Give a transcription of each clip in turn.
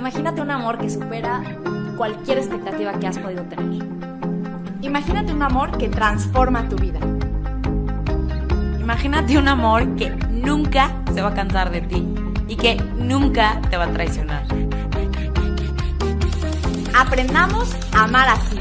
Imagínate un amor que supera cualquier expectativa que has podido tener. Imagínate un amor que transforma tu vida. Imagínate un amor que nunca se va a cansar de ti y que nunca te va a traicionar. Aprendamos a amar así.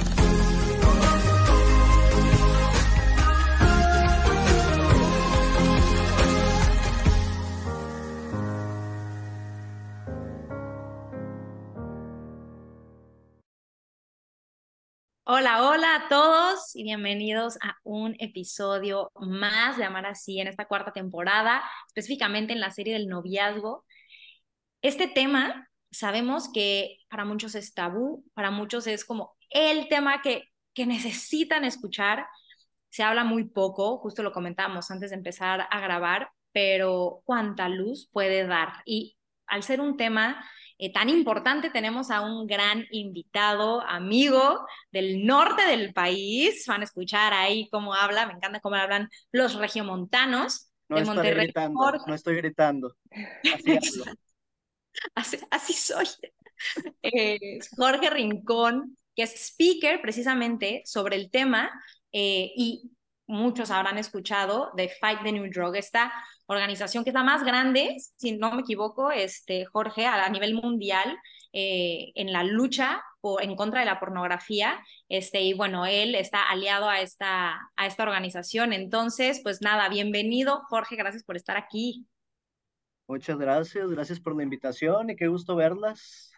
Hola, hola a todos y bienvenidos a un episodio más de Amar Así en esta cuarta temporada, específicamente en la serie del noviazgo. Este tema sabemos que para muchos es tabú, para muchos es como el tema que necesitan escuchar. Se habla muy poco, justo lo comentábamos antes de empezar a grabar, pero cuánta luz puede dar. Y al ser un tema tan importante, tenemos a un gran invitado, amigo del norte del país. Van a escuchar ahí cómo habla, me encanta cómo hablan los regiomontanos No de estaré Monterrey. gritando, Jorge, no estoy gritando, así hablo. así soy. Jorge Rincón, que es speaker precisamente sobre el tema, y muchos habrán escuchado de Fight the New Drug, esta organización que es la más grande, si no me equivoco, Jorge, a nivel mundial, en la lucha en contra de la pornografía, y bueno, él está aliado a esta organización. Entonces, pues nada, bienvenido, Jorge, gracias por estar aquí. Muchas gracias por la invitación y qué gusto verlas.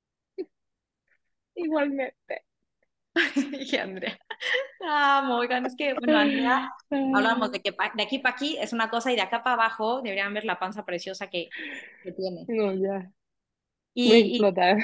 Igualmente. Dije Andrea. Oigan, es que, bueno, Andrea, hablamos de que de aquí para aquí es una cosa y de acá para abajo deberían ver la panza preciosa que tiene. No, ya. Voy a Y explotar.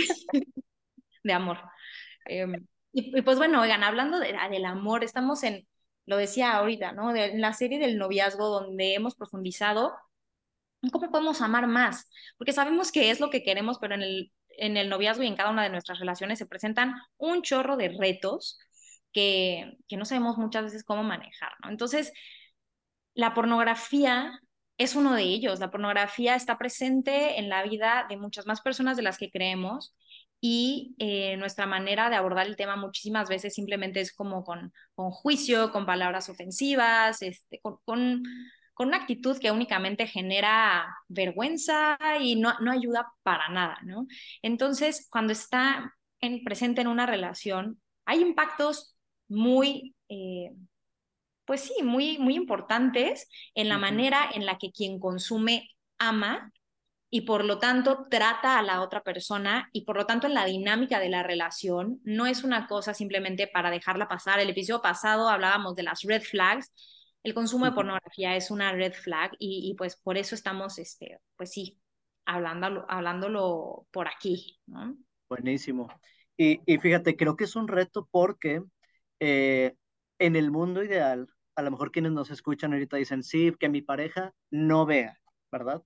de amor. Eh, y pues bueno, oigan, hablando del amor, estamos lo decía ahorita, ¿no? En la serie del noviazgo donde hemos profundizado en cómo podemos amar más, porque sabemos que es lo que queremos, pero en el noviazgo y en cada una de nuestras relaciones se presentan un chorro de retos que no sabemos muchas veces cómo manejar, ¿no? Entonces, la pornografía es uno de ellos. La pornografía está presente en la vida de muchas más personas de las que creemos y nuestra manera de abordar el tema muchísimas veces simplemente es como con juicio, con palabras ofensivas, con una actitud que únicamente genera vergüenza y no ayuda para nada, ¿no? Entonces, cuando está presente en una relación, hay impactos muy... pues sí, muy, muy importantes en la Ujú. manera en la que quien consume ama y por lo tanto trata a la otra persona y por lo tanto en la dinámica de la relación no es una cosa simplemente para dejarla pasar. El episodio pasado hablábamos de las red flags. El consumo de pornografía es una red flag y pues por eso estamos, pues sí, hablándolo por aquí, ¿no? Buenísimo. Y fíjate, creo que es un reto porque eh, en el mundo ideal, a lo mejor quienes nos escuchan ahorita dicen, sí, que mi pareja no vea, ¿verdad?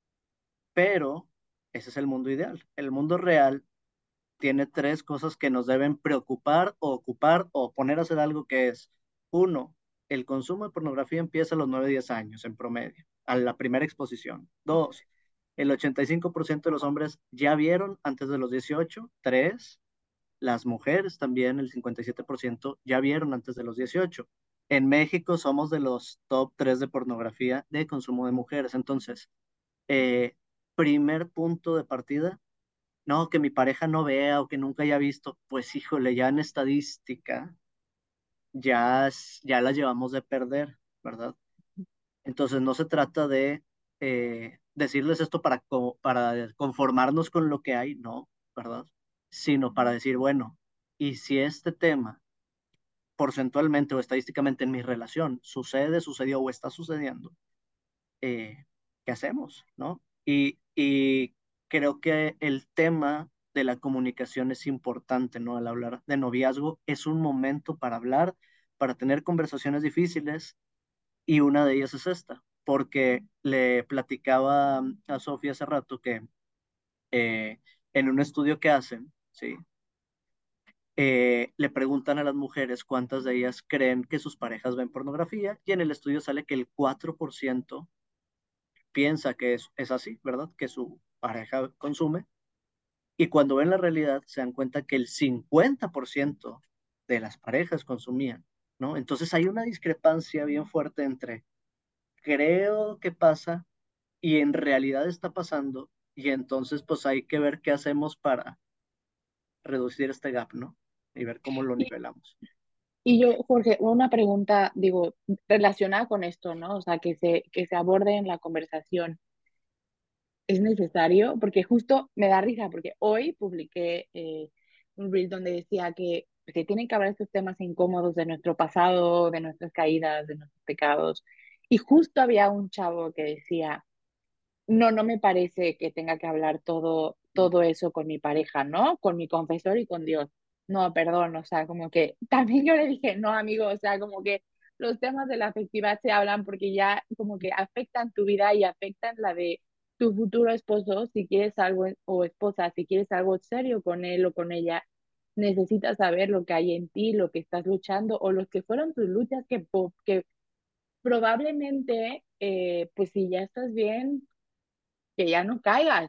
Pero ese es el mundo ideal. El mundo real tiene tres cosas que nos deben preocupar o ocupar o poner a hacer algo que es, uno, el consumo de pornografía empieza a los 9 10 años en promedio, a la primera exposición. Dos, el 85% de los hombres ya vieron antes de los 18. Tres, las mujeres también, el 57% ya vieron antes de los 18. En México somos de los top 3 de pornografía de consumo de mujeres. Entonces, eh, primer punto de partida, no, que mi pareja no vea o que nunca haya visto, pues híjole, ya en estadística ya la llevamos de perder, ¿verdad? Entonces no se trata de decirles esto para conformarnos con lo que hay, no, ¿verdad? Sino para decir, bueno, y si este tema porcentualmente o estadísticamente en mi relación sucedió o está sucediendo, ¿qué hacemos? ¿No? Y creo que el tema de la comunicación es importante, ¿no? Al hablar de noviazgo es un momento para hablar, para tener conversaciones difíciles y una de ellas es esta, porque le platicaba a Sofía hace rato que eh, en un estudio que hacen, ¿sí? Le preguntan a las mujeres cuántas de ellas creen que sus parejas ven pornografía y en el estudio sale que el 4% piensa que es así, ¿verdad? Que su pareja consume. Y cuando ven la realidad, se dan cuenta que el 50% de las parejas consumían, ¿no? Entonces hay una discrepancia bien fuerte entre creo que pasa y en realidad está pasando, y entonces pues hay que ver qué hacemos para reducir este gap, ¿no? Y ver cómo lo Y, nivelamos. y yo, Jorge, una pregunta, digo, relacionada con esto, ¿no? O sea, que se aborde en la conversación. ¿Es necesario? Porque justo me da risa, porque hoy publiqué un reel donde decía que se tienen que hablar estos temas incómodos de nuestro pasado, de nuestras caídas, de nuestros pecados. Y justo había un chavo que decía, no, no me parece que tenga que hablar todo eso con mi pareja, ¿no? Con mi confesor y con Dios. No, perdón, o sea, como que también yo le dije, no, amigo, o sea, como que los temas de la afectividad se hablan porque ya como que afectan tu vida y afectan la de tu futuro esposo, si quieres algo, o esposa, si quieres algo serio con él o con ella, necesitas saber lo que hay en ti, lo que estás luchando o los que fueron tus luchas que probablemente, pues si ya estás bien, que ya no caigas,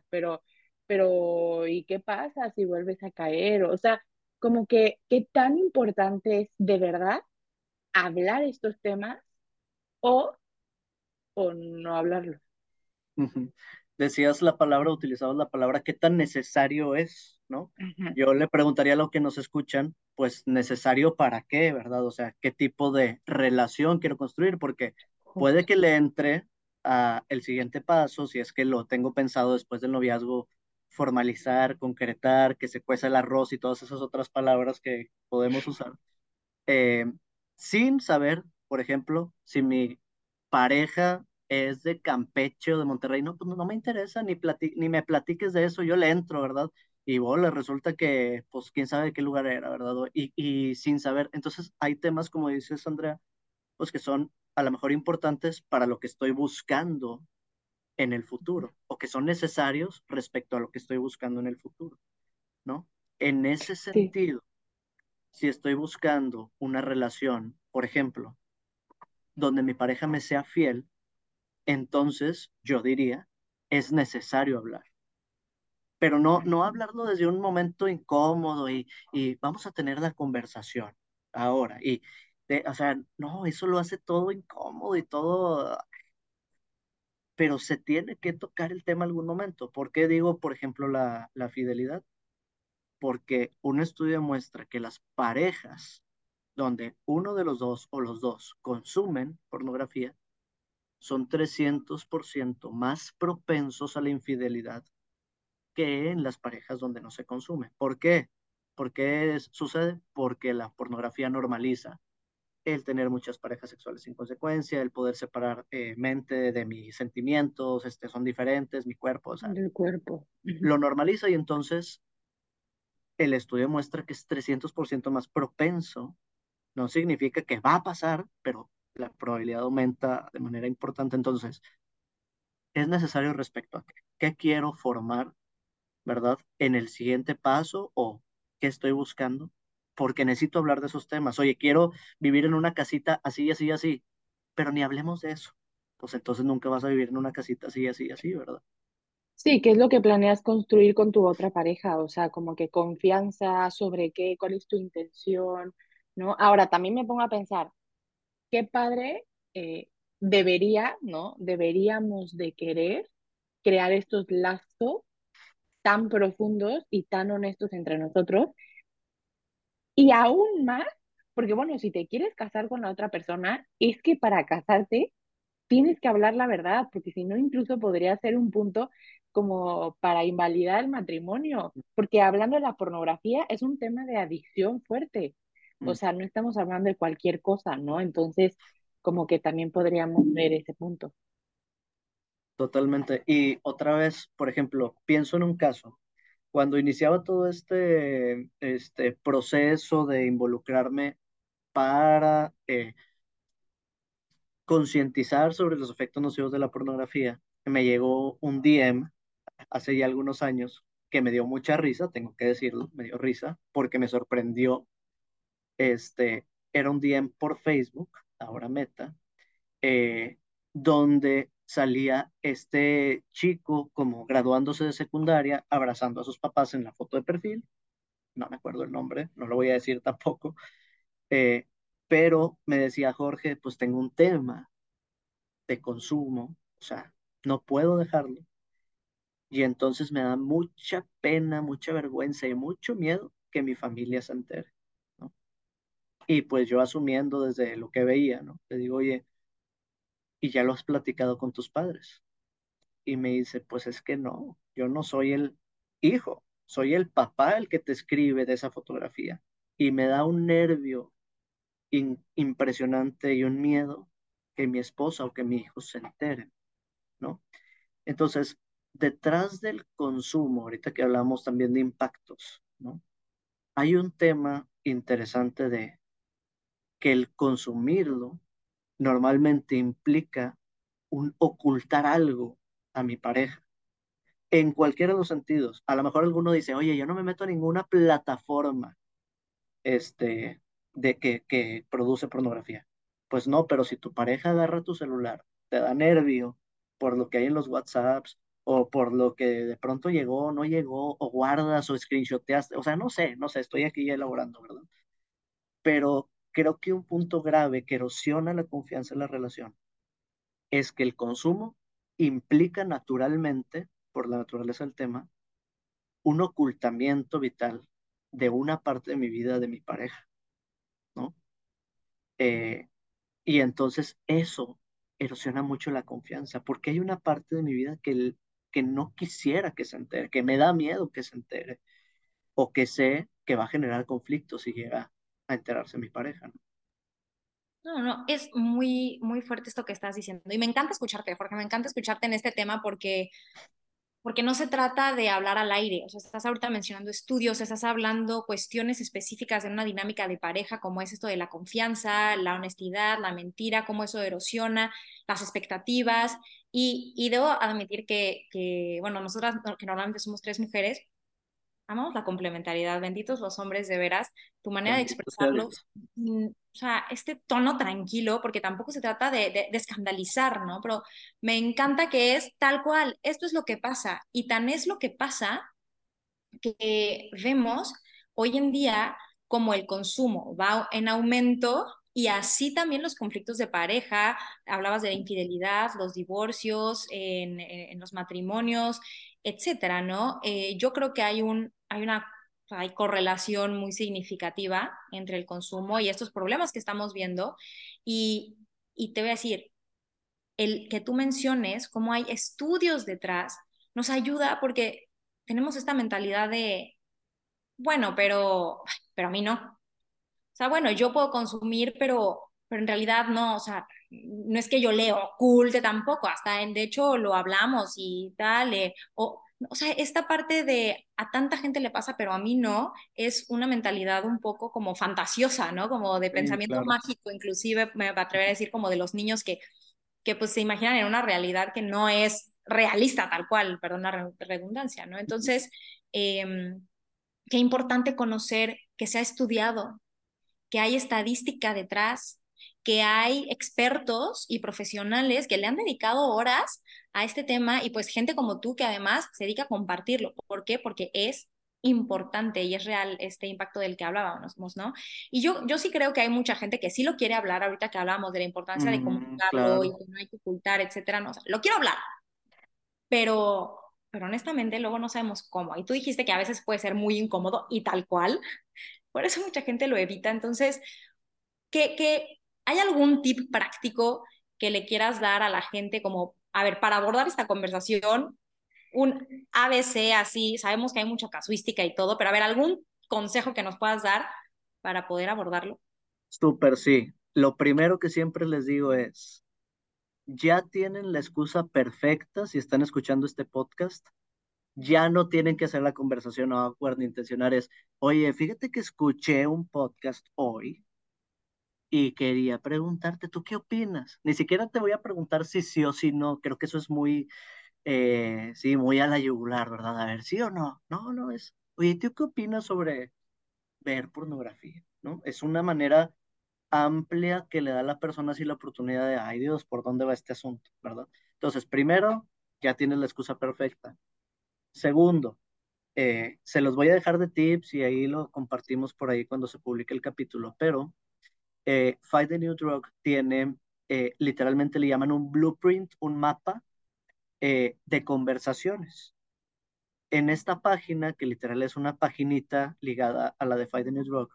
pero ¿y qué pasa si vuelves a caer? O sea, como que, ¿qué tan importante es de verdad hablar estos temas o, o no hablarlos? Ujú. Decías la palabra, utilizabas la palabra, ¿qué tan necesario es, no? Ajá, Yo le preguntaría a los que nos escuchan, pues, ¿necesario para qué, verdad? O sea, ¿qué tipo de relación quiero construir? Porque puede justo. que le entre a el siguiente paso, si es que lo tengo pensado después del noviazgo, formalizar, concretar, que se cueza el arroz y todas esas otras palabras que podemos usar, eh, sin saber, por ejemplo, si mi pareja es de Campeche o de Monterrey, no, pues no me interesa, ni me platiques de eso, yo le entro, ¿verdad? Y bueno, resulta que, pues, quién sabe de qué lugar era, ¿verdad? Y sin saber, entonces hay temas, como dices, Andrea, pues que son a lo mejor importantes para lo que estoy buscando en el futuro, o que son necesarios respecto a lo que estoy buscando en el futuro, ¿no? En ese Sí, sentido, si estoy buscando una relación, por ejemplo, donde mi pareja me sea fiel, entonces yo diría, es necesario hablar. Pero no hablarlo desde un momento incómodo y vamos a tener la conversación ahora. O sea, no, eso lo hace todo incómodo y todo, pero se tiene que tocar el tema algún momento. ¿Por qué digo, por ejemplo, la fidelidad? Porque un estudio muestra que las parejas donde uno de los dos o los dos consumen pornografía son 300% más propensos a la infidelidad que en las parejas donde no se consume. ¿Por qué? ¿Por qué sucede? Porque la pornografía normaliza el tener muchas parejas sexuales sin consecuencia, el poder separar mente de mis sentimientos, son diferentes, mi cuerpo, o sea, del cuerpo. Ujú. lo normaliza y entonces el estudio muestra que es 300% más propenso. No significa que va a pasar, pero la probabilidad aumenta de manera importante. Entonces, es necesario respecto a qué quiero formar, ¿verdad? En el siguiente paso o qué estoy buscando, porque necesito hablar de esos temas. Oye, quiero vivir en una casita así, así, así, pero ni hablemos de eso. Pues entonces nunca vas a vivir en una casita así, así, así, ¿verdad? Sí, ¿qué es lo que planeas construir con tu otra pareja? O sea, como que confianza sobre qué, cuál es tu intención, ¿no? Ahora, también me pongo a pensar, qué padre debería, ¿no? Deberíamos de querer crear estos lazos tan profundos y tan honestos entre nosotros. Y aún más, porque bueno, si te quieres casar con la otra persona, es que para casarte tienes que hablar la verdad, porque si no, incluso podría ser un punto como para invalidar el matrimonio, porque hablando de la pornografía es un tema de adicción fuerte, o Mm, sea, no estamos hablando de cualquier cosa, ¿no? Entonces, como que también podríamos ver ese punto. totalmente. Y otra vez, por ejemplo, pienso en un caso. Cuando iniciaba todo este proceso de involucrarme para concientizar sobre los efectos nocivos de la pornografía, me llegó un DM hace ya algunos años que me dio mucha risa, tengo que decirlo, me dio risa porque me sorprendió. Era un DM por Facebook, ahora Meta, eh, donde salía este chico como graduándose de secundaria, abrazando a sus papás en la foto de perfil, no me acuerdo el nombre, no lo voy a decir tampoco, eh, pero me decía Jorge, pues tengo un tema de consumo, o sea, no puedo dejarlo. Y entonces me da mucha pena, mucha vergüenza y mucho miedo que mi familia se entere, ¿no? Y pues yo asumiendo desde lo que veía, ¿no? Le digo, oye, ¿y ya lo has platicado con tus padres? Y me dice, pues es que no, yo no soy el hijo, soy el papá el que te escribe de esa fotografía. Y me da un nervio impresionante y un miedo que mi esposa o que mi hijo se enteren, ¿no? Entonces, detrás del consumo, ahorita que hablamos también de impactos, ¿no? Hay un tema interesante de que el consumirlo normalmente implica un ocultar algo a mi pareja, en cualquiera de los sentidos. A lo mejor alguno dice, oye, yo no me meto a ninguna plataforma, este, que produce pornografía. Pues no, pero si tu pareja agarra tu celular, te da nervio por lo que hay en los WhatsApps, o por lo que de pronto llegó, no llegó, o guardas o screenshoteaste, o sea, no sé, estoy aquí elaborando, ¿verdad? Pero creo que un punto grave que erosiona la confianza en la relación es que el consumo implica naturalmente, por la naturaleza del tema, un ocultamiento vital de una parte de mi vida, de mi pareja, ¿no? Eh, y entonces eso erosiona mucho la confianza, porque hay una parte de mi vida que no quisiera que se entere, que me da miedo que se entere, o que sé que va a generar conflictos si llega a enterarse mi pareja, ¿no? No, no, es muy, muy fuerte esto que estás diciendo. Y me encanta escucharte, Jorge, me encanta escucharte en este tema porque no se trata de hablar al aire. O sea, estás ahorita mencionando estudios, estás hablando cuestiones específicas de una dinámica de pareja, como es esto de la confianza, la honestidad, la mentira, cómo eso erosiona las expectativas. Y debo admitir bueno, nosotras que normalmente somos tres mujeres, amamos la complementariedad, benditos los hombres de veras, tu manera de Bendito sea expresarlo, Dios. o sea, este tono tranquilo, porque tampoco se trata de escandalizar, ¿no? Pero me encanta que es tal cual, esto es lo que pasa, y tan es lo que pasa que vemos hoy en día como el consumo va en aumento y así también los conflictos de pareja, hablabas de la infidelidad, los divorcios, en los matrimonios, etcétera, ¿no? Yo creo que hay correlación muy significativa entre el consumo y estos problemas que estamos viendo y, y te voy a decir, el que tú menciones cómo hay estudios detrás nos ayuda porque tenemos esta mentalidad de bueno, pero a mí no. O sea, bueno, yo puedo consumir, pero en realidad no, o sea, no es que yo le oculte tampoco, hasta de hecho lo hablamos y tal, o sea, esta parte de a tanta gente le pasa, pero a mí no, es una mentalidad un poco como fantasiosa, ¿no? Como de Sí, pensamiento claro. mágico, inclusive me atrevería a decir como de los niños que pues se imaginan en una realidad que no es realista tal cual, perdón la redundancia, ¿no? Entonces, eh, qué importante conocer que se ha estudiado, que hay estadística detrás, que hay expertos y profesionales que le han dedicado horas a este tema y pues gente como tú que además se dedica a compartirlo. ¿Por qué? Porque es importante y es real este impacto del que hablábamos, ¿no? Y yo sí creo que hay mucha gente que sí lo quiere hablar, ahorita que hablábamos de la importancia de comunicarlo y Claro. que no hay que ocultar, etcétera, no, o sea, lo quiero hablar, pero, pero honestamente luego no sabemos cómo. Y tú dijiste que a veces puede ser muy incómodo y tal cual, por eso mucha gente lo evita. Entonces, ¿hay algún tip práctico que le quieras dar a la gente como, a ver, para abordar esta conversación, un ABC así, sabemos que hay mucha casuística y todo, pero a ver, algún consejo que nos puedas dar para poder abordarlo? Súper, sí. Lo primero que siempre les digo es, ya tienen la excusa perfecta si están escuchando este podcast. Ya no tienen que hacer la conversación awkward ni intencionar es, oye, fíjate que escuché un podcast hoy y quería preguntarte, ¿tú qué opinas? Ni siquiera te voy a preguntar si sí o si no, creo que eso es muy, sí, muy a la yugular, ¿verdad? A ver, ¿sí o no? No, no es, oye, ¿tú qué opinas sobre ver pornografía? ¿No? Es una manera amplia que le da a la persona así la oportunidad de, ay Dios, ¿por dónde va este asunto? ¿Verdad? Entonces, primero, ya tienes la excusa perfecta. Segundo, se los voy a dejar de tips y ahí lo compartimos por ahí cuando se publique el capítulo, pero Fight the New Drug tiene, literalmente le llaman un blueprint, un mapa de conversaciones. En esta página, que literal es una paginita ligada a la de Fight the New Drug,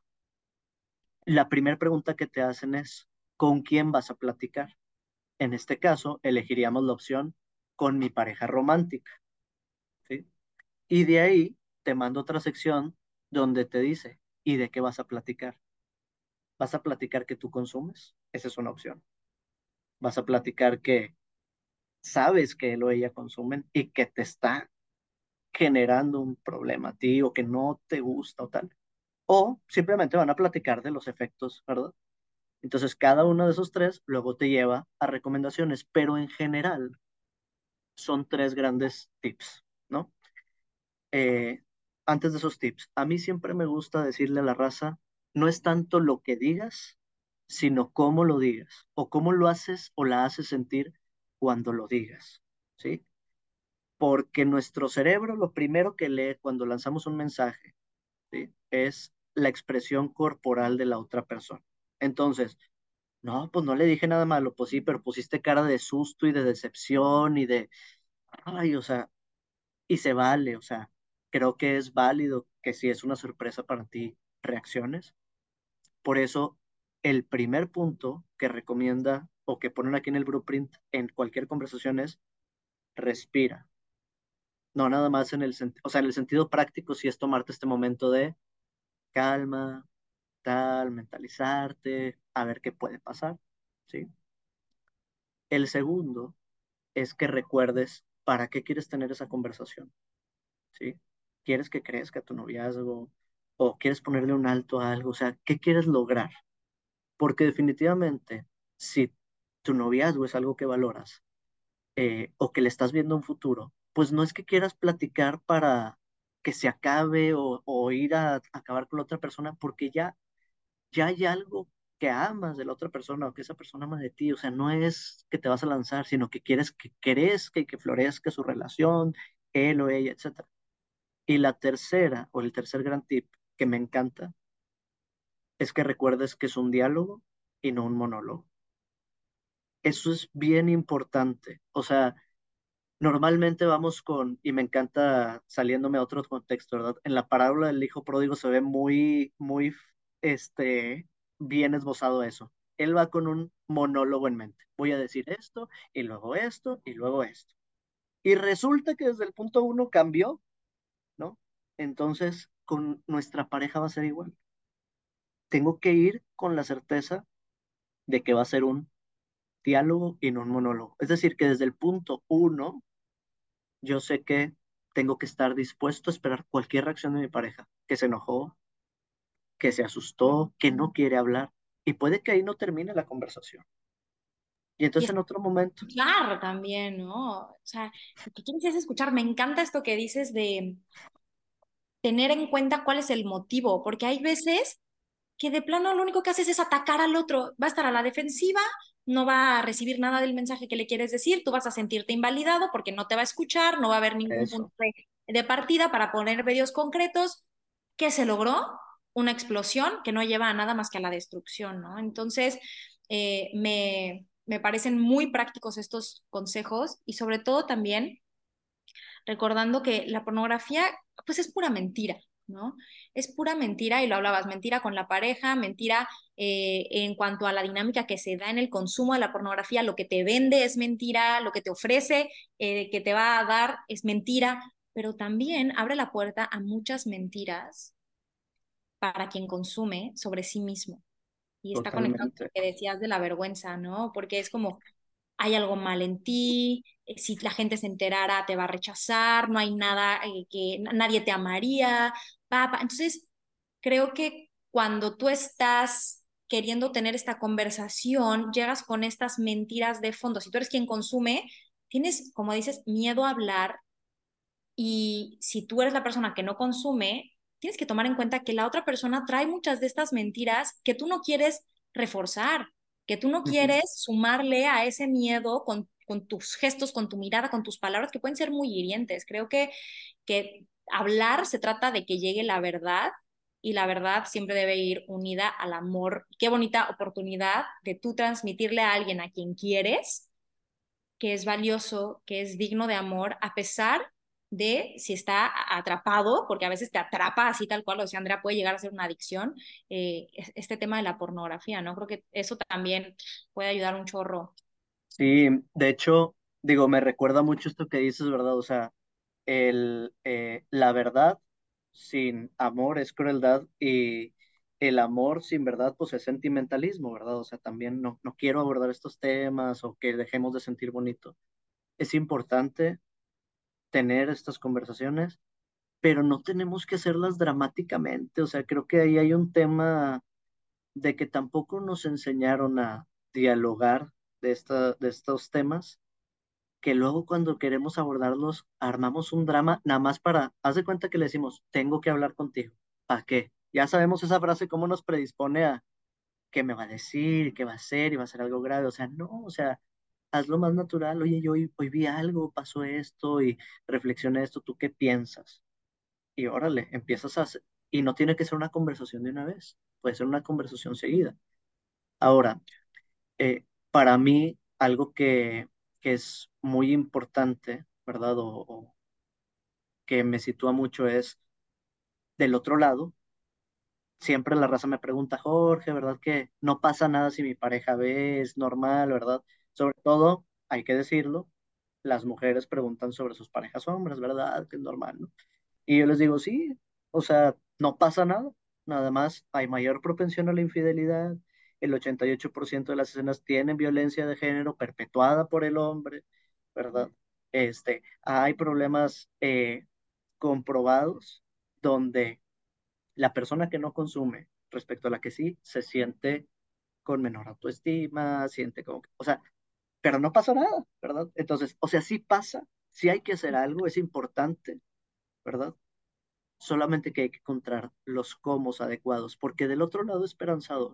la primera pregunta que te hacen es, ¿con quién vas a platicar? En este caso, elegiríamos la opción con mi pareja romántica, ¿sí? Y de ahí te mando otra sección donde te dice, ¿y de qué vas a platicar? ¿Vas a platicar que tú consumes? Esa es una opción. ¿Vas a platicar que sabes que él o ella consumen y que te está generando un problema a ti o que no te gusta o tal? O simplemente van a platicar de los efectos, ¿verdad? Entonces, cada uno de esos tres luego te lleva a recomendaciones, pero en general son tres grandes tips, ¿no? Eh, Antes de esos tips, a mí siempre me gusta decirle a la raza, no es tanto lo que digas, sino cómo lo digas, o cómo lo haces o la haces sentir cuando lo digas, ¿sí? Porque nuestro cerebro lo primero que lee cuando lanzamos un mensaje, ¿sí? Es la expresión corporal de la otra persona. Entonces, no, pues no le dije nada malo, pues sí, pero pusiste cara de susto y de decepción y de, ay, o sea, y se vale, o sea, creo que es válido que si es una sorpresa para ti, reacciones. Por eso, el primer punto que recomienda o que ponen aquí en el blueprint en cualquier conversación es respira. No nada más en el sentido, o sea, en el sentido práctico, si es tomarte este momento de calma, tal, mentalizarte, a ver qué puede pasar, ¿sí? El segundo es que recuerdes para qué quieres tener esa conversación, ¿sí? ¿Quieres que crezca tu noviazgo? ¿O quieres ponerle un alto a algo? O sea, ¿qué quieres lograr? Porque definitivamente, si tu noviazgo es algo que valoras o que le estás viendo un futuro, pues no es que quieras platicar para que se acabe o ir a acabar con la otra persona, porque ya hay algo que amas de la otra persona o que esa persona ama de ti. O sea, no es que te vas a lanzar, sino que quieres que crezca y que florezca su relación, él o ella, etcétera. Y la tercera, o el tercer gran tip que me encanta, es que recuerdes que es un diálogo y no un monólogo. Eso es bien importante. O sea, normalmente vamos con, y me encanta saliéndome a otro contexto, ¿verdad? En la parábola del hijo pródigo se ve muy, este, bien esbozado eso. Él va con un monólogo en mente. Voy a decir esto, y luego esto, y luego esto. Y resulta que desde el punto uno cambió, ¿no? Entonces, con nuestra pareja va a ser igual. Tengo que ir con la certeza de que va a ser un diálogo y no un monólogo. Es decir, que desde el punto uno, yo sé que tengo que estar dispuesto a esperar cualquier reacción de mi pareja, que se enojó, que se asustó, que no quiere hablar. Y puede que ahí no termine la conversación. Y Y entonces en otro momento, escuchar también, ¿no? O sea, lo que quieres es escuchar. Me encanta esto que dices de tener en cuenta cuál es el motivo, porque hay veces que de plano lo único que haces es atacar al otro, va a estar a la defensiva, no va a recibir nada del mensaje que le quieres decir, tú vas a sentirte invalidado porque no te va a escuchar, no va a haber ningún eso, punto de partida para poner medios concretos. ¿Qué se logró? Una explosión que no lleva a nada más que a la destrucción, ¿no? Entonces, me parecen muy prácticos estos consejos y sobre todo también recordando que la pornografía, pues es pura mentira, ¿no? Es pura mentira y lo hablabas, mentira con la pareja, mentira en cuanto a la dinámica que se da en el consumo de la pornografía, lo que te vende es mentira, lo que te ofrece que te va a dar es mentira, pero también abre la puerta a muchas mentiras para quien consume sobre sí mismo. Y está conectado con lo totalmente. que decías de la vergüenza, ¿no? Porque es como, hay algo mal en ti, si la gente se enterara te va a rechazar, no hay nada nadie te amaría, Entonces, creo que cuando tú estás queriendo tener esta conversación, llegas con estas mentiras de fondo. Si tú eres quien consume, tienes, como dices, miedo a hablar y si tú eres la persona que no consume, tienes que tomar en cuenta que la otra persona trae muchas de estas mentiras que tú no quieres reforzar, que tú no Ujú. quieres sumarle a ese miedo con tus gestos, con tu mirada, con tus palabras, que pueden ser muy hirientes. Creo que hablar se trata de que llegue la verdad y la verdad siempre debe ir unida al amor. Qué bonita oportunidad de tú transmitirle a alguien a quien quieres que es valioso, que es digno de amor, a pesar de si está atrapado, porque a veces te atrapa así tal cual, o sea, Andrea, puede llegar a ser una adicción, este tema de la pornografía, ¿no? Creo que eso también puede ayudar un chorro. Sí, de hecho, digo, me recuerda mucho esto que dices, ¿verdad? O sea, la verdad sin amor es crueldad y el amor sin verdad pues es sentimentalismo, ¿verdad? O sea, también no quiero abordar estos temas o que dejemos de sentir bonito. Es importante tener estas conversaciones, pero no tenemos que hacerlas dramáticamente. O sea, creo que ahí hay un tema de que tampoco nos enseñaron a dialogar de estos temas, que luego cuando queremos abordarlos armamos un drama nada más para, haz de cuenta que le decimos, tengo que hablar contigo. ¿Para qué? Ya sabemos esa frase cómo nos predispone a qué me va a decir, qué va a hacer y va a ser algo grave. O sea, no, o sea, hazlo más natural. Oye, yo hoy vi algo, pasó esto y reflexioné esto, ¿tú qué piensas? Y órale, empiezas a hacer, y no tiene que ser una conversación de una vez, puede ser una conversación seguida. Ahora, para mí, algo que es muy importante, ¿verdad? O que me sitúa mucho es del otro lado. Siempre la raza me pregunta, Jorge, ¿verdad que no pasa nada si mi pareja ve? Es normal, ¿verdad? Sobre todo, hay que decirlo, las mujeres preguntan sobre sus parejas hombres, ¿verdad? Que es normal, ¿no? Y yo les digo, sí, o sea, no pasa nada, nada más hay mayor propensión a la infidelidad, el 88% de las escenas tienen violencia de género perpetuada por el hombre, ¿verdad? Hay problemas comprobados donde la persona que no consume respecto a la que sí se siente con menor autoestima, siente como, o sea, pero no pasa nada, ¿verdad? Entonces, o sea, sí pasa, sí hay que hacer algo, es importante, ¿verdad? Solamente que hay que encontrar los cómo adecuados, porque del otro lado esperanzador,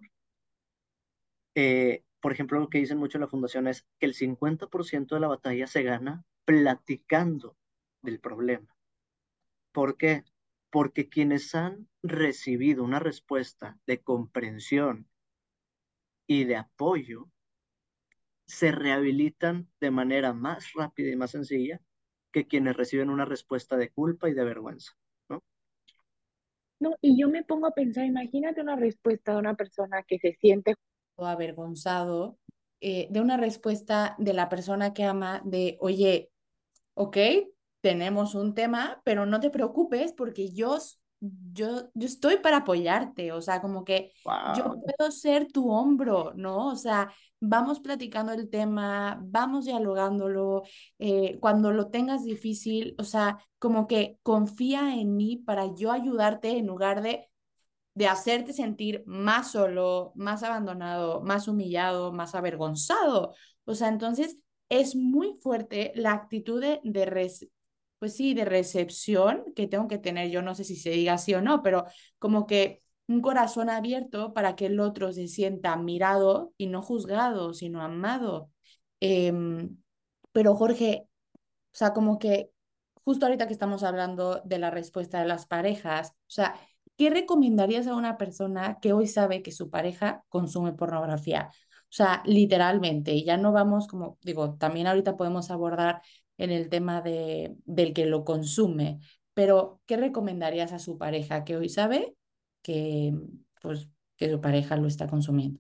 por ejemplo, lo que dicen mucho en la fundación es que el 50% de la batalla se gana platicando del problema. ¿Por qué? Porque quienes han recibido una respuesta de comprensión y de apoyo se rehabilitan de manera más rápida y más sencilla que quienes reciben una respuesta de culpa y de vergüenza, ¿no? No, y yo me pongo a pensar, imagínate una respuesta de una persona que se siente O avergonzado, de una respuesta de la persona que ama de, oye, ok, tenemos un tema, pero no te preocupes porque yo estoy para apoyarte, o sea, como que yo Wow. puedo ser tu hombro, ¿no? O sea, vamos platicando el tema, vamos dialogándolo, cuando lo tengas difícil, o sea, como que confía en mí para yo ayudarte en lugar de hacerte sentir más solo, más abandonado, más humillado, más avergonzado. O sea, entonces es muy fuerte la actitud pues sí, de recepción que tengo que tener. Yo no sé si se diga así o no, pero como que un corazón abierto para que el otro se sienta mirado y no juzgado, sino amado. Em, pero Jorge, o sea, como que justo ahorita que estamos hablando de la respuesta de las parejas, o sea, ¿qué recomendarías a una persona que hoy sabe que su pareja consume pornografía? O sea, literalmente, y ya no vamos como, digo, también ahorita podemos abordar en el tema del que lo consume, pero ¿qué recomendarías a su pareja que hoy sabe que, pues, que su pareja lo está consumiendo?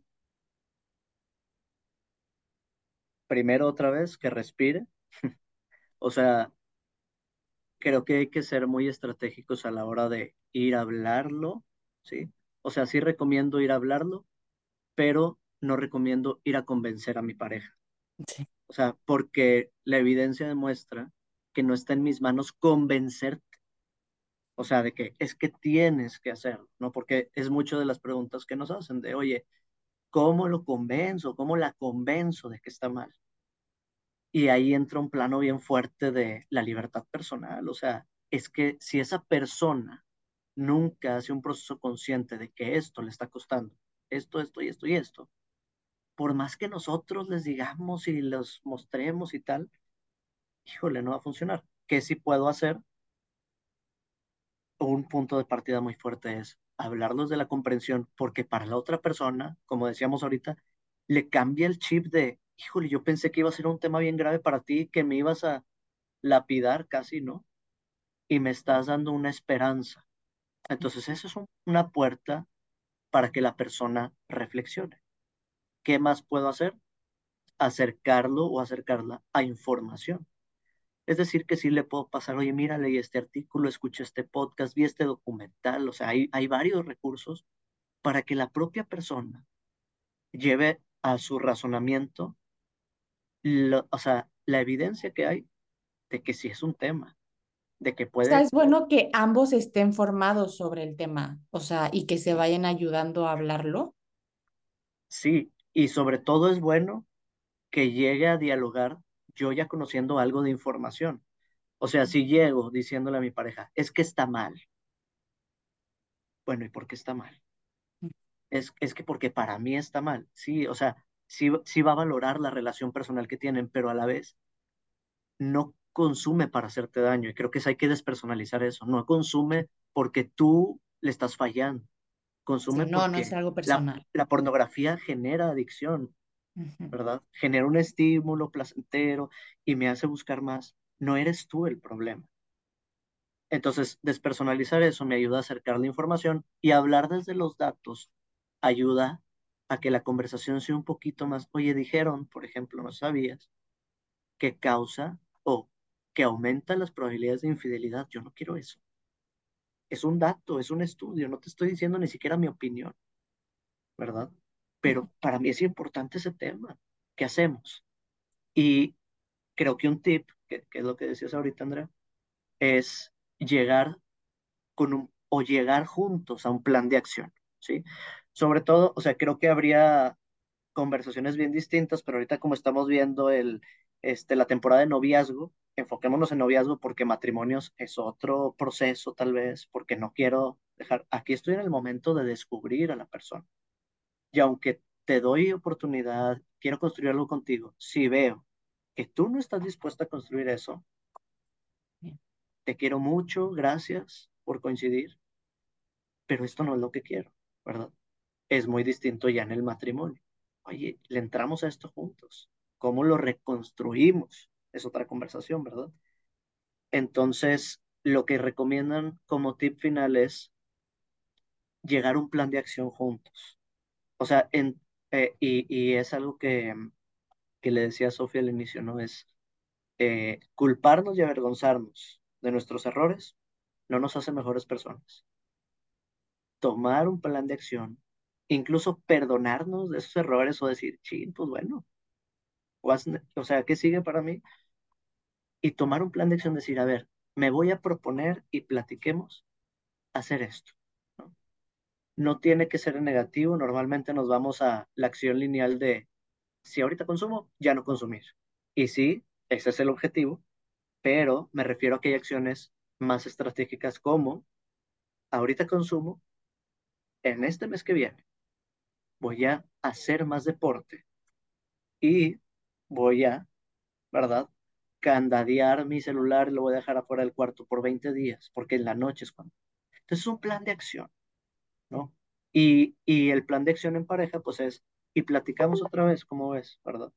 Primero otra vez, que respire. O sea, creo que hay que ser muy estratégicos a la hora de ir a hablarlo, ¿sí? O sea, sí recomiendo ir a hablarlo, pero no recomiendo ir a convencer a mi pareja. Sí. O sea, porque la evidencia demuestra que no está en mis manos convencerte. O sea, de que es que tienes que hacerlo, ¿no? Porque es mucho de las preguntas que nos hacen de, oye, ¿cómo lo convenzo? ¿Cómo la convenzo de que está mal? Y ahí entra un plano bien fuerte de la libertad personal. O sea, es que si esa persona nunca hace un proceso consciente de que esto le está costando, esto, esto y esto y esto. Por más que nosotros les digamos y los mostremos y tal, híjole, no va a funcionar. ¿Qué sí puedo hacer? Un punto de partida muy fuerte es hablarlos de la comprensión, porque para la otra persona, como decíamos ahorita, le cambia el chip de, híjole, yo pensé que iba a ser un tema bien grave para ti, que me ibas a lapidar casi, ¿no? Y me estás dando una esperanza. Entonces, eso es una puerta para que la persona reflexione. ¿Qué más puedo hacer? Acercarlo o acercarla a información. Es decir, que sí le puedo pasar, oye, mira, leí este artículo, escuché este podcast, vi este documental, o sea, hay varios recursos para que la propia persona lleve a su razonamiento, o sea, la evidencia que hay de que sí es un tema, de que O sea, puede, es bueno que ambos estén formados sobre el tema, o sea, y que se vayan ayudando a hablarlo. sí, y sobre todo es bueno que llegue a dialogar yo ya conociendo algo de información. O sea, si llego diciéndole a mi pareja, es que está mal, bueno, ¿y por qué está mal? Es que porque para mí está mal, sí, o sea, sí va a valorar la relación personal que tienen, pero a la vez no consume para hacerte daño. Y creo que hay que despersonalizar eso. No consume porque tú le estás fallando. Sí, Consume no, no es porque algo personal. la pornografía genera adicción, Ujú. ¿verdad? Genera un estímulo placentero y me hace buscar más. No eres tú el problema. Entonces, despersonalizar eso me ayuda a acercar la información y hablar desde los datos ayuda a que la conversación sea un poquito más, oye, dijeron, por ejemplo, no sabías, que causa o que aumenta las probabilidades de infidelidad. Yo no quiero eso. Es un dato, es un estudio, no te estoy diciendo ni siquiera mi opinión, ¿verdad? Pero para mí es importante ese tema. ¿Qué hacemos? Y creo que un tip, que es lo que decías ahorita, Andrea, es llegar o llegar juntos a un plan de acción, ¿sí? Sobre todo, o sea, creo que habría conversaciones bien distintas, pero ahorita como estamos viendo la temporada de noviazgo, enfoquémonos en noviazgo porque matrimonios es otro proceso tal vez, porque no quiero dejar, aquí estoy en el momento de descubrir a la persona. Y aunque te doy oportunidad, quiero construir algo contigo, si veo que tú no estás dispuesta a construir eso, Bien. te quiero mucho, gracias por coincidir, pero esto no es lo que quiero, ¿verdad? Es muy distinto ya en el matrimonio. Oye, le entramos a esto juntos. ¿Cómo lo reconstruimos? Es otra conversación, ¿verdad? Entonces, lo que recomiendan como tip final es llegar a un plan de acción juntos. O sea, y es algo que le decía a Sofía al inicio, ¿no? Es culparnos y avergonzarnos de nuestros errores no nos hace mejores personas. Tomar un plan de acción, incluso perdonarnos de esos errores o decir, sí, pues bueno, o sea, ¿qué sigue para mí? Y tomar un plan de acción, decir, a ver, me voy a proponer y platiquemos hacer esto, ¿no? No tiene que ser en negativo, normalmente nos vamos a la acción lineal de, si ahorita consumo, ya no consumir. Y sí, ese es el objetivo, pero me refiero a que hay acciones más estratégicas como, ahorita consumo, en este mes que viene, voy a hacer más deporte y voy a, ¿verdad? Candadear mi celular, lo voy a dejar afuera del cuarto por 20 días, porque en la noche es cuando. Entonces es un plan de acción, ¿no? Y el plan de acción en pareja, pues es, y platicamos otra vez, ¿cómo ves, verdad?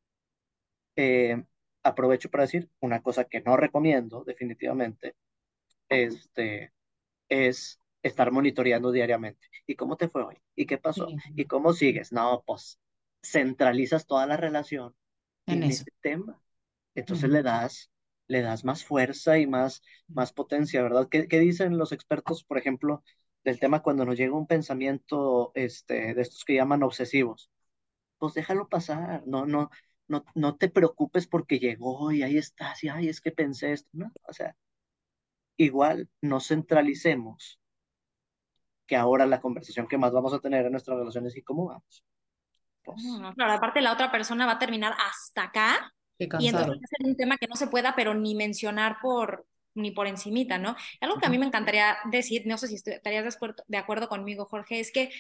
Eh, Aprovecho para decir una cosa que no recomiendo, definitivamente, este, es estar monitoreando diariamente. ¿Y cómo te fue hoy? ¿Y qué pasó? Sí, ¿Y cómo sigues? No, pues centralizas toda la relación en en eso. ese tema. Entonces Ujú. le das más fuerza y más potencia, ¿verdad? ¿Qué dicen los expertos, por ejemplo, del tema cuando nos llega un pensamiento de estos que llaman obsesivos? Pues déjalo pasar, no te preocupes porque llegó y ahí estás, y ay, es que pensé esto, ¿no? O sea, igual no centralicemos que ahora la conversación que más vamos a tener en nuestras relaciones y cómo vamos. No, Pues, no, claro, aparte la otra persona va a terminar hasta acá Qué y entonces cansado. va a ser un tema que no se pueda, pero ni mencionar ni por encimita, ¿no? Algo que a ujú, mí me encantaría decir, no sé si estarías de acuerdo conmigo, Jorge, es que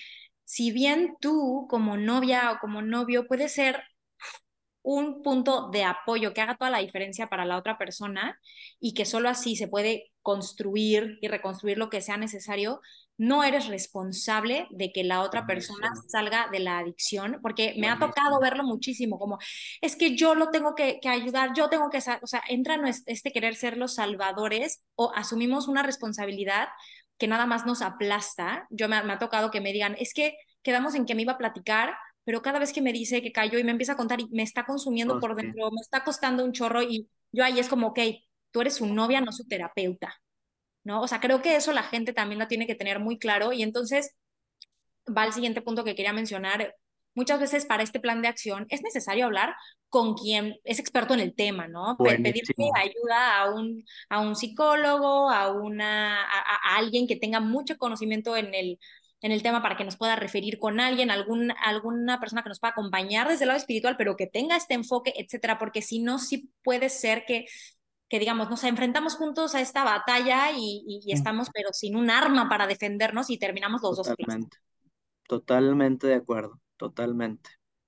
si bien tú como novia o como novio puedes ser un punto de apoyo que haga toda la diferencia para la otra persona y que solo así se puede construir y reconstruir lo que sea necesario, no eres responsable de que la otra persona Buenísimo, salga de la adicción, porque me ha tocado buenísimo. verlo muchísimo, como es que yo lo tengo que ayudar, yo tengo que, o sea, entra este querer ser los salvadores o asumimos una responsabilidad que nada más nos aplasta. Me ha tocado que me digan, es que quedamos en que me iba a platicar, pero cada vez que me dice que cayó y me empieza a contar y me está consumiendo Oh, por sí, dentro, me está costando un chorro y yo ahí es como, ok, tú eres su novia, no su terapeuta, ¿no? O sea, creo que eso la gente también lo tiene que tener muy claro y entonces va al siguiente punto que quería mencionar. Muchas veces para este plan de acción es necesario hablar con quien es experto en el tema, ¿no? Pedirle buenísimo. ayuda a un psicólogo, a alguien que tenga mucho conocimiento en el tema para que nos pueda referir con alguien, alguna persona que nos pueda acompañar desde el lado espiritual, pero que tenga este enfoque, etcétera, porque si no, sí puede ser que digamos, nos enfrentamos juntos a esta batalla y Mm, estamos, pero sin un arma para defendernos y terminamos los dos aplastados. totalmente, totalmente de acuerdo, totalmente.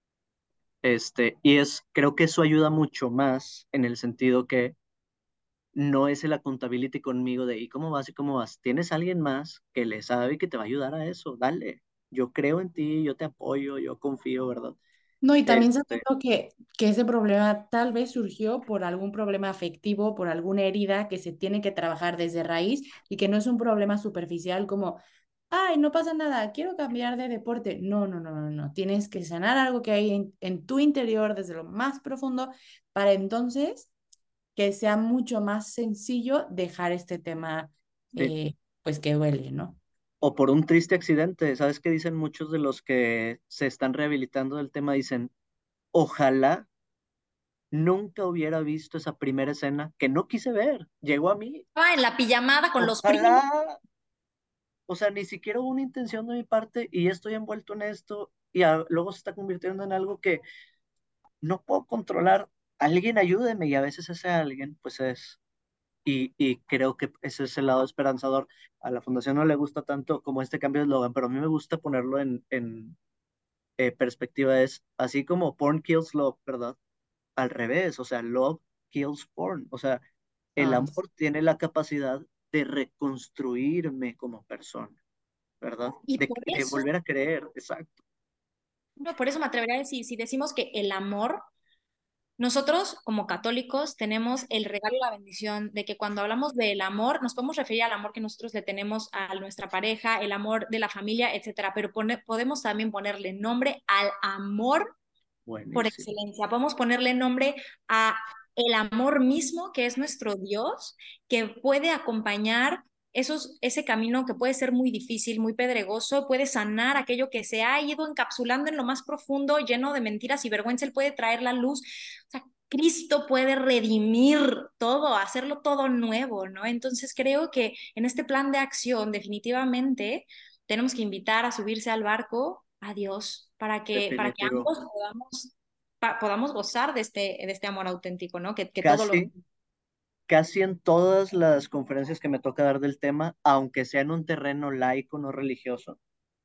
Y creo que eso ayuda mucho más en el sentido que no es el accountability conmigo de, ¿y cómo vas? ¿Y cómo vas? Tienes a alguien más que le sabe y que te va a ayudar a eso, dale. Yo creo en ti, yo te apoyo, yo confío, ¿verdad? No, y también Este, sabiendo que ese problema tal vez surgió por algún problema afectivo, por alguna herida que se tiene que trabajar desde raíz y que no es un problema superficial como, ay, no pasa nada, quiero cambiar de deporte. No, no, no, no, no. Tienes que sanar algo que hay en tu interior desde lo más profundo para entonces que sea mucho más sencillo dejar este tema, sí. pues que duele, ¿no? O por un triste accidente, ¿sabes qué dicen muchos de los que se están rehabilitando del tema? Dicen, ojalá nunca hubiera visto esa primera escena que no quise ver, llegó a mí. En la pijamada con los primos. Ojalá, o sea, ni siquiera hubo una intención de mi parte y ya estoy envuelto en esto y luego se está convirtiendo en algo que no puedo controlar. Alguien ayúdeme y a veces ese alguien, pues y creo que ese es el lado esperanzador. A la fundación no le gusta tanto como este cambio de eslogan, pero a mí me gusta ponerlo en perspectiva. Es así como porn kills love, ¿verdad? Al revés, o sea, love kills porn. O sea, el Ay, amor tiene la capacidad de reconstruirme como persona, ¿verdad? Y De volver a creer, exacto. por eso me atrevería a decir, si decimos que el amor, nosotros como católicos tenemos el regalo y la bendición de que cuando hablamos del amor, nos podemos referir al amor que nosotros le tenemos a nuestra pareja, el amor de la familia, etcétera, pero podemos también ponerle nombre al amor por Buenísimo. excelencia. Podemos ponerle nombre a el amor mismo, que es nuestro Dios, que puede acompañar ese camino que puede ser muy difícil, muy pedregoso, puede sanar aquello que se ha ido encapsulando en lo más profundo, lleno de mentiras y vergüenza, Él puede traer la luz. O sea, Cristo puede redimir todo, hacerlo todo nuevo, ¿no? Entonces creo que en este plan de acción definitivamente tenemos que invitar a subirse al barco a Dios para que Definitivo. ambos podamos gozar de este amor auténtico, ¿no? Que todo lo... Casi, casi en todas las conferencias que me toca dar del tema, aunque sea en un terreno laico, no religioso,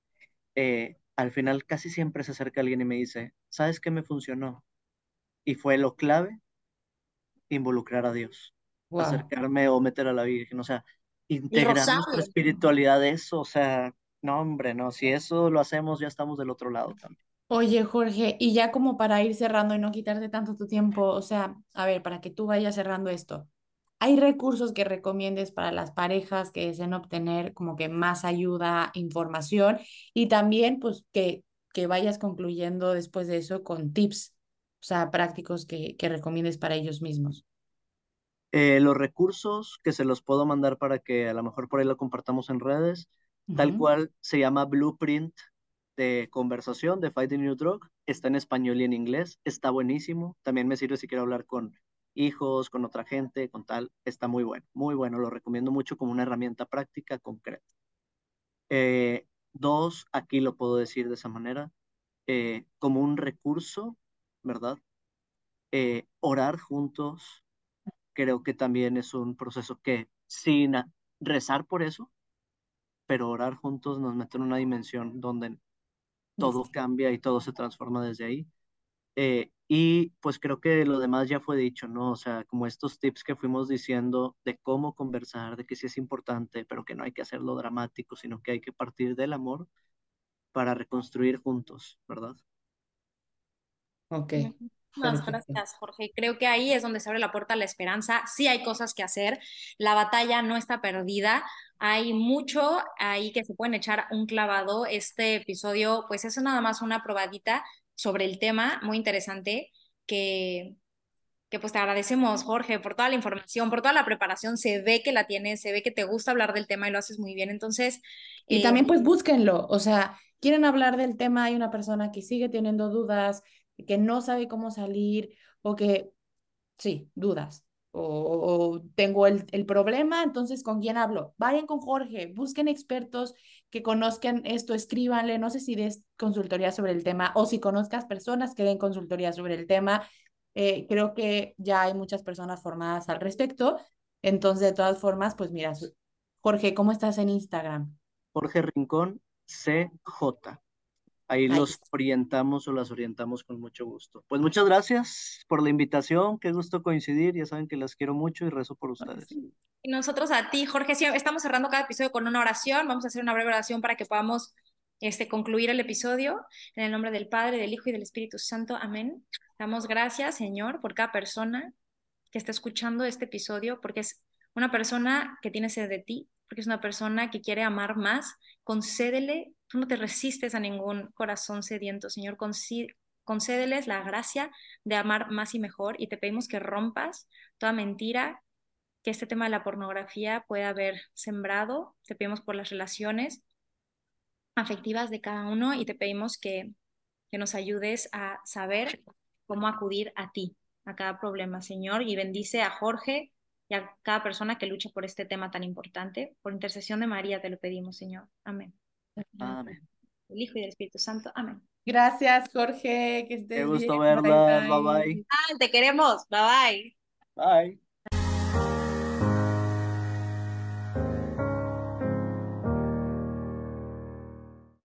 al final casi siempre se acerca alguien y me dice, ¿sabes qué me funcionó? Y fue lo clave, involucrar a Dios, wow. acercarme o meter a la Virgen, o sea, El integrar nuestra rosario. espiritualidad a eso, o sea, no, hombre, no, si eso lo hacemos, ya estamos del otro lado también. Oye, Jorge, y ya como para ir cerrando y no quitarte tanto tu tiempo, o sea, a ver, para que tú vayas cerrando esto, ¿hay recursos que recomiendes para las parejas que deseen obtener como que más ayuda, información y también pues que vayas concluyendo después de eso con tips, o sea, prácticos que recomiendes para ellos mismos? Los recursos que se los puedo mandar para que a lo mejor por ahí lo compartamos en redes, tal Ujú. cual se llama Blueprint de conversación de Fight the New Drug, está en español y en inglés, está buenísimo, también me sirve si quiero hablar con hijos, con otra gente, con tal, está muy bueno, lo recomiendo mucho como una herramienta práctica concreta. Dos, aquí lo puedo decir de esa manera, como un recurso, ¿verdad? Orar juntos, creo que también es un proceso que sin rezar por eso, pero orar juntos nos mete en una dimensión donde todo cambia y todo se transforma desde ahí. Y pues creo que lo demás ya fue dicho, ¿no? O sea, como estos tips que fuimos diciendo de cómo conversar, de que sí es importante, pero que no hay que hacerlo dramático, sino que hay que partir del amor para reconstruir juntos, ¿verdad? Ok, Muchísimas perfecto. gracias, Jorge. Creo que ahí es donde se abre la puerta a la esperanza. Sí hay cosas que hacer. La batalla no está perdida. Hay mucho ahí que se pueden echar un clavado. Este episodio, pues es nada más una probadita sobre el tema muy interesante que, que pues te agradecemos, Jorge, por toda la información, por toda la preparación. Se ve que la tienes, se ve que te gusta hablar del tema y lo haces muy bien. Entonces, Y eh, también pues búsquenlo, o sea, quieren hablar del tema, hay una persona que sigue teniendo dudas, que no sabe cómo salir o que, sí, dudas. O tengo el problema, entonces ¿con quién hablo? Vayan con Jorge, busquen expertos que conozcan esto, escríbanle, no sé si des consultoría sobre el tema o si conozcas personas que den consultoría sobre el tema. Creo que ya hay muchas personas formadas al respecto. Entonces, de todas formas, pues mira, Jorge, ¿cómo estás en Instagram? Jorge Rincón, CJ. Ahí Ahí los está. orientamos o las orientamos con mucho gusto. Pues muchas gracias por la invitación, qué gusto coincidir, ya saben que las quiero mucho y rezo por ustedes. Sí. Y nosotros a ti, Jorge, sí, estamos cerrando cada episodio con una oración. Vamos a hacer una breve oración para que podamos concluir el episodio. En el nombre del Padre, del Hijo y del Espíritu Santo. Amén. Damos gracias, Señor, por cada persona que está escuchando este episodio, porque es una persona que tiene sed de ti, porque es una persona que quiere amar más. Concédele, tú no te resistes a ningún corazón sediento, Señor. Concédeles la gracia de amar más y mejor y te pedimos que rompas toda mentira que este tema de la pornografía puede haber sembrado. Te pedimos por las relaciones afectivas de cada uno y te pedimos que nos ayudes a saber cómo acudir a ti, a cada problema, Señor, y bendice a Jorge y a cada persona que lucha por este tema tan importante. Por intercesión de María te lo pedimos, Señor. Amén. Amén. El Hijo y del Espíritu Santo. Amén. Gracias, Jorge, que Qué estés bien. gusto Bye verlas, bye bye. bye. Ah, te queremos. Bye bye. Bye.